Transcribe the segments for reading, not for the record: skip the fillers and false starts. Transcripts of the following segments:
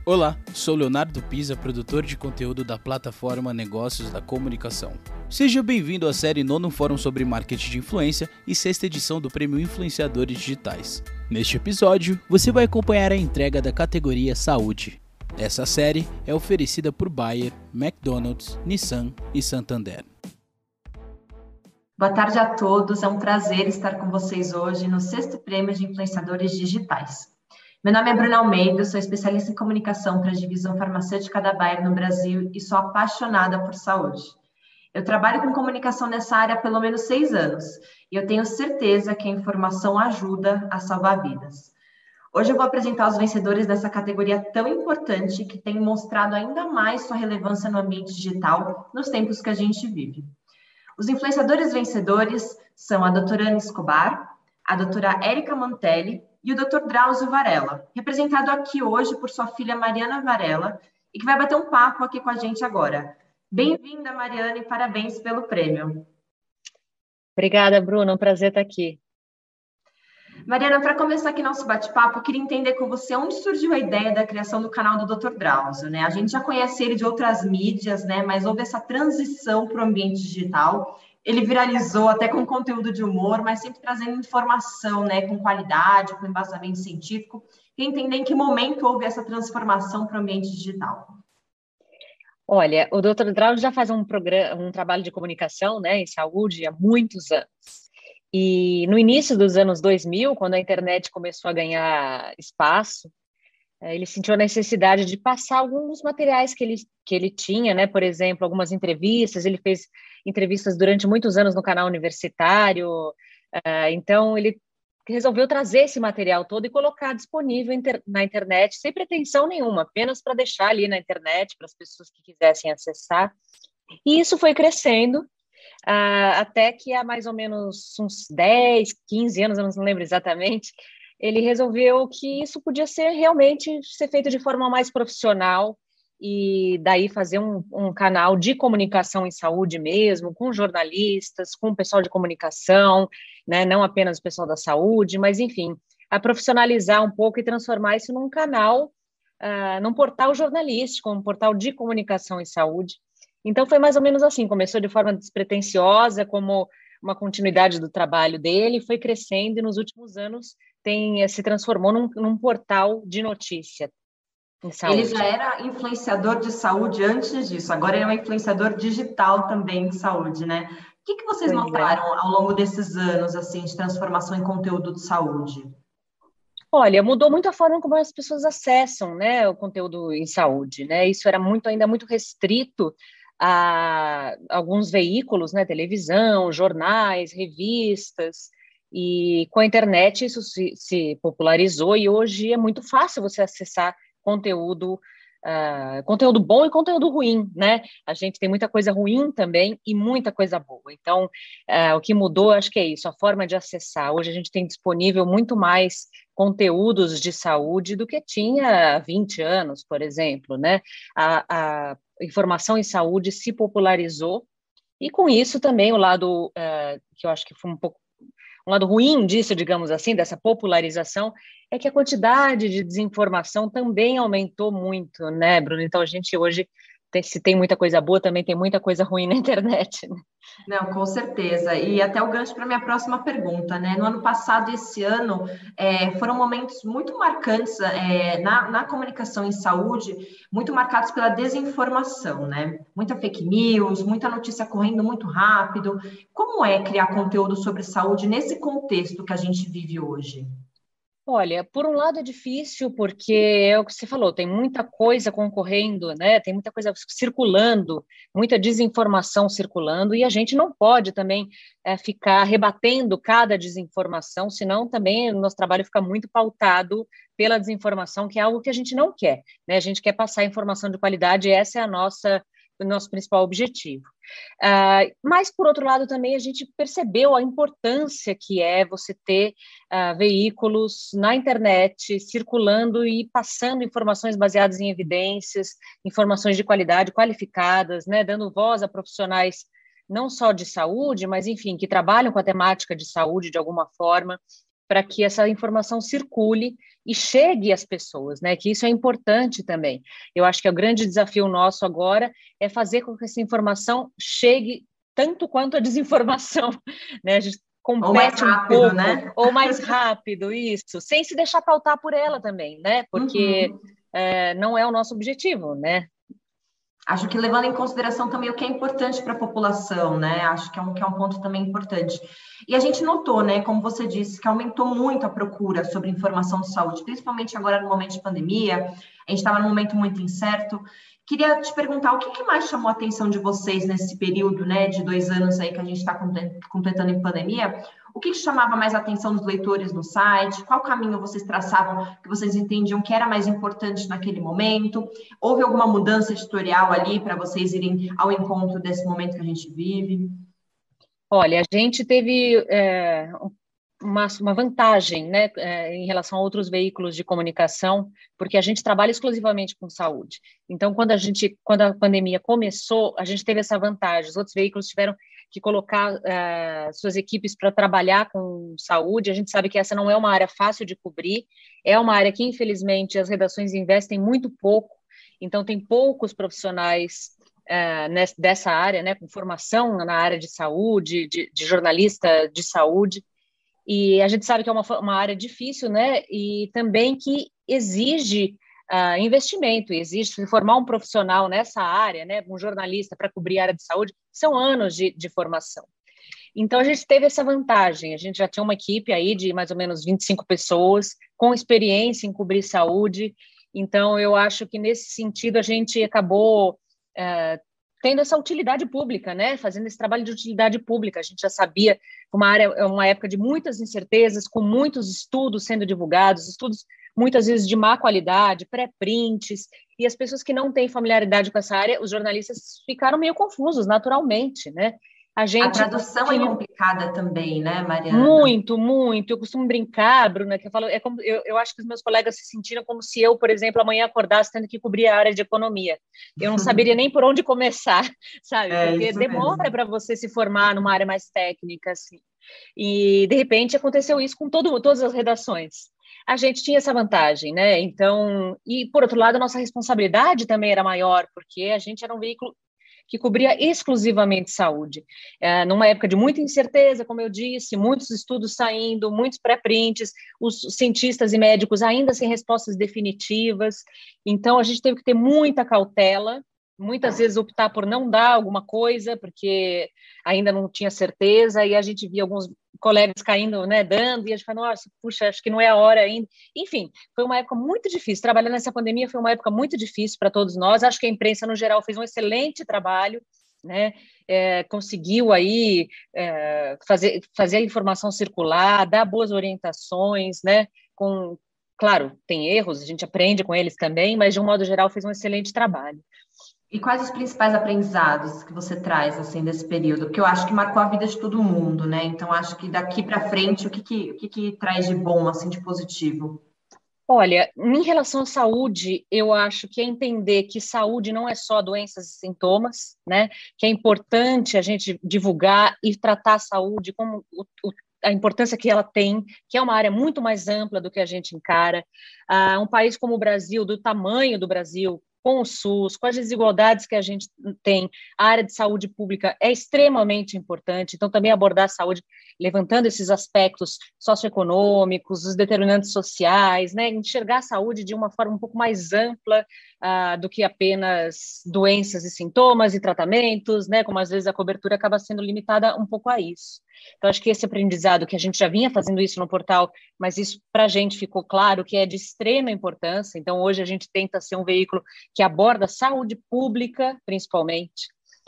Olá, sou Leonardo Pisa, produtor de conteúdo da plataforma Negócios da Comunicação. Seja bem-vindo à série Nono Fórum sobre Marketing de Influência e sexta edição do Prêmio Influenciadores Digitais. Neste episódio, você vai acompanhar a entrega da categoria Saúde. Essa série é oferecida por Bayer, McDonald's, Nissan e Santander. Boa tarde a todos, é um prazer estar com vocês hoje no sexto Prêmio de Influenciadores Digitais. Meu nome é Bruna Almeida, sou especialista em comunicação para a divisão farmacêutica da Bayer no Brasil e sou apaixonada por saúde. Eu trabalho com comunicação nessa área há pelo menos 6 anos e eu tenho certeza que a informação ajuda a salvar vidas. Hoje eu vou apresentar os vencedores dessa categoria tão importante que tem mostrado ainda mais sua relevância no ambiente digital nos tempos que a gente vive. Os influenciadores vencedores são a doutora Ana Escobar, a doutora Érica Mantelli e o Dr. Drauzio Varela, representado aqui hoje por sua filha Mariana Varela, e que vai bater um papo aqui com a gente agora. Bem-vinda, Mariana, e parabéns pelo prêmio. Obrigada, Bruna, um prazer estar aqui. Mariana, para começar aqui nosso bate-papo, eu queria entender com você onde surgiu a ideia da criação do canal do Dr. Drauzio, né? A gente já conhece ele de outras mídias, né? Mas houve essa transição para o ambiente digital. Ele viralizou até com conteúdo de humor, mas sempre trazendo informação, né? Com qualidade, com embasamento científico. Queria entender em que momento houve essa transformação para o ambiente digital. Olha, o Dr. Drauzio já faz um trabalho de comunicação, né, em saúde há muitos anos. E no início dos anos 2000, quando a internet começou a ganhar espaço, ele sentiu a necessidade de passar alguns materiais que ele tinha, né? Por exemplo, algumas entrevistas. Ele fez entrevistas durante muitos anos no canal universitário. Então, ele resolveu trazer esse material todo e colocar disponível na internet, sem pretensão nenhuma, apenas para deixar ali na internet, para as pessoas que quisessem acessar. E isso foi crescendo, até que há mais ou menos uns 10, 15 anos, eu não lembro exatamente, ele resolveu que isso podia realmente ser feito de forma mais profissional e daí fazer um canal de comunicação em saúde mesmo, com jornalistas, com o pessoal de comunicação, né, não apenas o pessoal da saúde, mas, enfim, a profissionalizar um pouco e transformar isso num canal, num portal jornalístico, um portal de comunicação em saúde. Então, foi mais ou menos assim, começou de forma despretensiosa, como uma continuidade do trabalho dele, foi crescendo e nos últimos anos se transformou num portal de notícia em saúde. Ele já era influenciador de saúde antes disso, agora ele é um influenciador digital também de saúde, né? O que vocês notaram ao longo desses anos assim, de transformação em conteúdo de saúde? Olha, mudou muito a forma como as pessoas acessam, né, o conteúdo em saúde, né? Isso era ainda muito restrito a alguns veículos, né, televisão, jornais, revistas, e com a internet isso se popularizou e hoje é muito fácil você acessar conteúdo bom e conteúdo ruim, né? A gente tem muita coisa ruim também e muita coisa boa. Então, o que mudou, acho que é isso, a forma de acessar. Hoje a gente tem disponível muito mais conteúdos de saúde do que tinha há 20 anos, por exemplo, né? A informação em saúde se popularizou e com isso também o lado que eu acho que foi um lado ruim disso, digamos assim, dessa popularização, é que a quantidade de desinformação também aumentou muito, né, Bruno? Então, a gente hoje, se tem muita coisa boa, também tem muita coisa ruim na internet, né? Não, com certeza. E até o gancho para a minha próxima pergunta, né? No ano passado e esse ano foram momentos muito marcantes na comunicação em saúde, muito marcados pela desinformação, né? Muita fake news, muita notícia correndo muito rápido. Como é criar conteúdo sobre saúde nesse contexto que a gente vive hoje? Olha, por um lado é difícil, porque é o que você falou, tem muita coisa concorrendo, né? Tem muita coisa circulando, muita desinformação circulando, e a gente não pode também ficar rebatendo cada desinformação, senão também o nosso trabalho fica muito pautado pela desinformação, que é algo que a gente não quer, né? A gente quer passar informação de qualidade, e essa é o nosso principal objetivo. Mas, por outro lado, também a gente percebeu a importância que é você ter veículos na internet circulando e passando informações baseadas em evidências, informações de qualidade, qualificadas, né, dando voz a profissionais não só de saúde, mas, enfim, que trabalham com a temática de saúde de alguma forma. para que essa informação circule e chegue às pessoas, né? Que isso é importante também. Eu acho que o grande desafio nosso agora é fazer com que essa informação chegue tanto quanto a desinformação, né? A gente Ou mais compete um rápido, pouco, né? ou mais rápido, isso, sem se deixar pautar por ela também, né? Porque não é o nosso objetivo, né? Acho que levando em consideração também o que é importante para a população, né? Acho que é um ponto também importante. E a gente notou, né, como você disse, que aumentou muito a procura sobre informação de saúde, principalmente agora no momento de pandemia. A gente estava num momento muito incerto. Queria te perguntar o que mais chamou a atenção de vocês nesse período, né, de 2 anos aí que a gente está completando em pandemia. O que chamava mais a atenção dos leitores no site? Qual caminho vocês traçavam que vocês entendiam que era mais importante naquele momento? Houve alguma mudança editorial ali para vocês irem ao encontro desse momento que a gente vive? Olha, a gente teve uma vantagem, né, em relação a outros veículos de comunicação, porque a gente trabalha exclusivamente com saúde. Então, quando a pandemia começou, a gente teve essa vantagem. Os outros veículos tiveram que colocar suas equipes para trabalhar com saúde. A gente sabe que essa não é uma área fácil de cobrir, é uma área que, infelizmente, as redações investem muito pouco, então tem poucos profissionais dessa área, né, com formação na área de saúde, de jornalista de saúde. E a gente sabe que é uma área difícil, né? E também que exige investimento, exige formar um profissional nessa área, né? Um jornalista para cobrir a área de saúde, são anos de formação. Então, a gente teve essa vantagem, a gente já tinha uma equipe aí de mais ou menos 25 pessoas, com experiência em cobrir saúde, então eu acho que nesse sentido a gente acabou tendo essa utilidade pública, né? Fazendo esse trabalho de utilidade pública. A gente já sabia uma época de muitas incertezas, com muitos estudos sendo divulgados, estudos muitas vezes de má qualidade, pré-prints, e as pessoas que não têm familiaridade com essa área, os jornalistas ficaram meio confusos, naturalmente, né? A tradução é complicada também, né, Mariana? Muito, muito. Eu costumo brincar, Bruna, que eu falo, eu acho que os meus colegas se sentiram como se eu, por exemplo, amanhã acordasse tendo que cobrir a área de economia. Eu não saberia nem por onde começar, sabe? Porque demora para você se formar numa área mais técnica, assim. E, de repente, aconteceu isso com todas as redações. A gente tinha essa vantagem, né? Então, e, por outro lado, a nossa responsabilidade também era maior, porque a gente era um veículo que cobria exclusivamente saúde. Numa época de muita incerteza, como eu disse, muitos estudos saindo, muitos pré-prints, os cientistas e médicos ainda sem respostas definitivas. Então, a gente teve que ter muita cautela, muitas vezes optar por não dar alguma coisa, porque ainda não tinha certeza, e a gente via alguns colegas caindo, né, dando, e a gente falou, nossa, puxa, acho que não é a hora ainda. Enfim, foi uma época muito difícil. Trabalhar nessa pandemia foi uma época muito difícil para todos nós. Acho que a imprensa, no geral, fez um excelente trabalho, né? Conseguiu aí fazer a informação circular, dar boas orientações, né? Claro, tem erros, a gente aprende com eles também, mas, de um modo geral, fez um excelente trabalho. E quais os principais aprendizados que você traz, assim, desse período? Porque eu acho que marcou a vida de todo mundo, né? Então, acho que daqui para frente, o que traz de bom, assim, de positivo? Olha, em relação à saúde, eu acho que é entender que saúde não é só doenças e sintomas, né? Que é importante a gente divulgar e tratar a saúde como a importância que ela tem, que é uma área muito mais ampla do que a gente encara. Um país como o Brasil, do tamanho do Brasil, com o SUS, com as desigualdades que a gente tem, a área de saúde pública é extremamente importante, então também abordar a saúde levantando esses aspectos socioeconômicos, os determinantes sociais, né? Enxergar a saúde de uma forma um pouco mais ampla do que apenas doenças e sintomas e tratamentos, né? Como às vezes a cobertura acaba sendo limitada um pouco a isso. Então, acho que esse aprendizado, que a gente já vinha fazendo isso no portal, mas isso para a gente ficou claro que é de extrema importância. Então, hoje a gente tenta ser um veículo que aborda saúde pública, principalmente.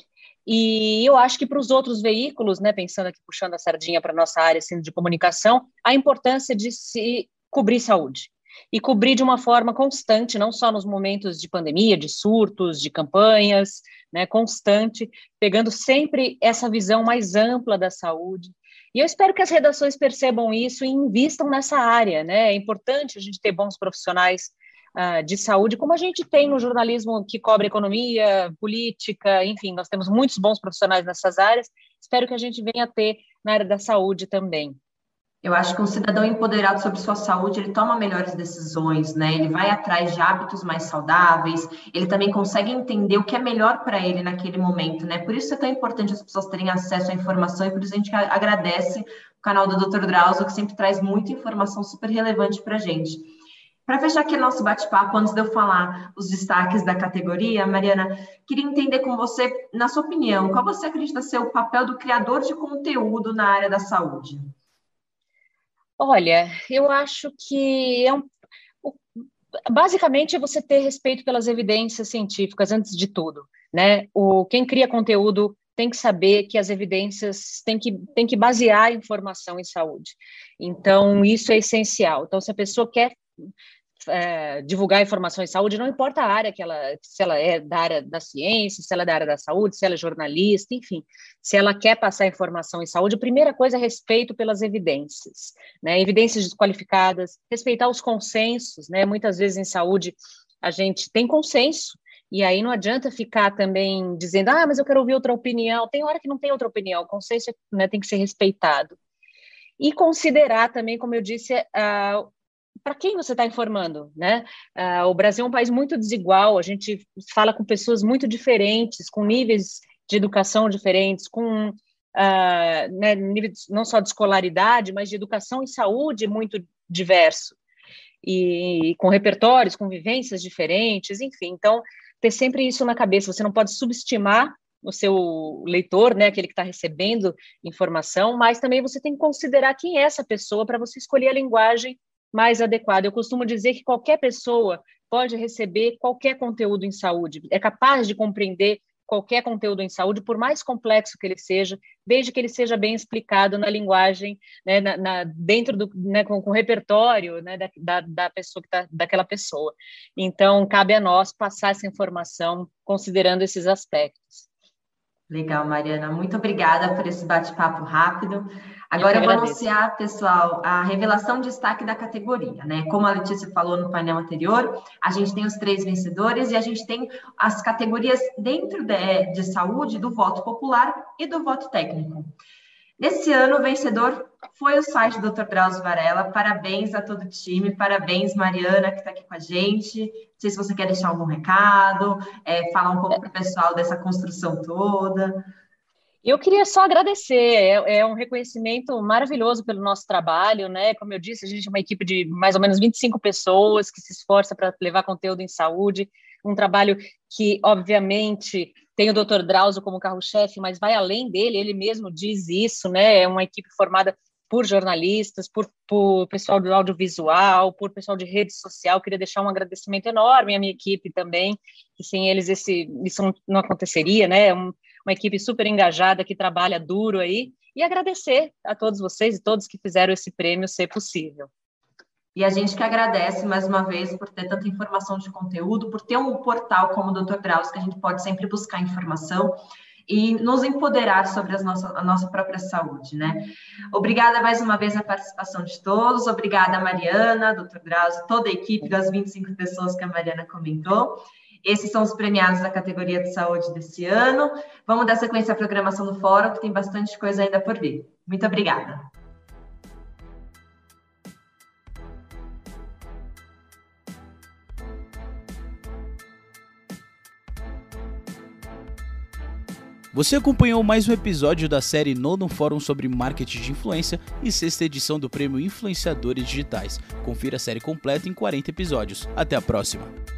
E eu acho que para os outros veículos, né, pensando aqui, puxando a sardinha para a nossa área assim, de comunicação, a importância de se cobrir saúde. E cobrir de uma forma constante, não só nos momentos de pandemia, de surtos, de campanhas, né, constante, pegando sempre essa visão mais ampla da saúde. E eu espero que as redações percebam isso e invistam nessa área, né? É importante a gente ter bons profissionais de saúde, como a gente tem no jornalismo que cobre economia, política, enfim, nós temos muitos bons profissionais nessas áreas. Espero que a gente venha a ter na área da saúde também. Eu acho que um cidadão empoderado sobre sua saúde, ele toma melhores decisões, né? Ele vai atrás de hábitos mais saudáveis, ele também consegue entender o que é melhor para ele naquele momento, né? Por isso é tão importante as pessoas terem acesso à informação e por isso a gente agradece o canal do Dr. Drauzio, que sempre traz muita informação super relevante para a gente. Para fechar aqui nosso bate-papo, antes de eu falar os destaques da categoria, Mariana, queria entender com você, na sua opinião, qual você acredita ser o papel do criador de conteúdo na área da saúde? Olha, eu acho que basicamente é você ter respeito pelas evidências científicas antes de tudo, né? Quem cria conteúdo tem que saber que as evidências tem que basear a informação em saúde. Então, isso é essencial. Então, se a pessoa quer divulgar informação em saúde, não importa a área se ela é da área da ciência, se ela é da área da saúde, se ela é jornalista, enfim, se ela quer passar informação em saúde, a primeira coisa é respeito pelas evidências, né? Evidências desqualificadas, respeitar os consensos, né? Muitas vezes em saúde a gente tem consenso, e aí não adianta ficar também dizendo, mas eu quero ouvir outra opinião. Tem hora que não tem outra opinião, o consenso, né, tem que ser respeitado. E considerar também, como eu disse, para quem você está informando, né? O Brasil é um país muito desigual, a gente fala com pessoas muito diferentes, com níveis de educação diferentes, com né, níveis não só de escolaridade, mas de educação e saúde muito diverso, e com repertórios, com vivências diferentes, enfim. Então, ter sempre isso na cabeça, você não pode subestimar o seu leitor, né, aquele que está recebendo informação, mas também você tem que considerar quem é essa pessoa para você escolher a linguagem mais adequada. Eu costumo dizer que qualquer pessoa pode receber qualquer conteúdo em saúde, é capaz de compreender qualquer conteúdo em saúde, por mais complexo que ele seja, desde que ele seja bem explicado na linguagem, né, dentro do, né, com o repertório, né, da pessoa daquela pessoa. Então, cabe a nós passar essa informação considerando esses aspectos. Legal, Mariana. Muito obrigada por esse bate-papo rápido. Agora eu vou anunciar, pessoal, a revelação de destaque da categoria, né? Como a Letícia falou no painel anterior, a gente tem os 3 vencedores e a gente tem as categorias dentro de saúde do voto popular e do voto técnico. Nesse ano, o vencedor foi o site do Dr. Drauzio Varela. Parabéns a todo o time, parabéns, Mariana, que está aqui com a gente. Não sei se você quer deixar algum recado, falar um pouco para o pessoal dessa construção toda. Eu queria só agradecer, é um reconhecimento maravilhoso pelo nosso trabalho, né? Como eu disse, a gente é uma equipe de mais ou menos 25 pessoas que se esforça para levar conteúdo em saúde, um trabalho que, obviamente, tem o Dr. Drauzio como carro-chefe, mas vai além dele, ele mesmo diz isso, né? É uma equipe formada por jornalistas, por pessoal do audiovisual, por pessoal de rede social. Queria deixar um agradecimento enorme à minha equipe também, que sem eles isso não aconteceria, né? Uma equipe super engajada que trabalha duro aí, e agradecer a todos vocês e todos que fizeram esse prêmio ser possível. E a gente que agradece, mais uma vez, por ter tanta informação de conteúdo, por ter um portal como o Dr. Drauzio, que a gente pode sempre buscar informação e nos empoderar sobre a nossa própria saúde, né? Obrigada mais uma vez a participação de todos, obrigada Mariana, Dr. Drauzio, toda a equipe das 25 pessoas que a Mariana comentou. Esses são os premiados da categoria de saúde desse ano. Vamos dar sequência à programação do fórum, que tem bastante coisa ainda por vir. Muito obrigada. Você acompanhou mais um episódio da série Nono Fórum sobre Marketing de Influência e 6ª edição do Prêmio Influenciadores Digitais. Confira a série completa em 40 episódios. Até a próxima!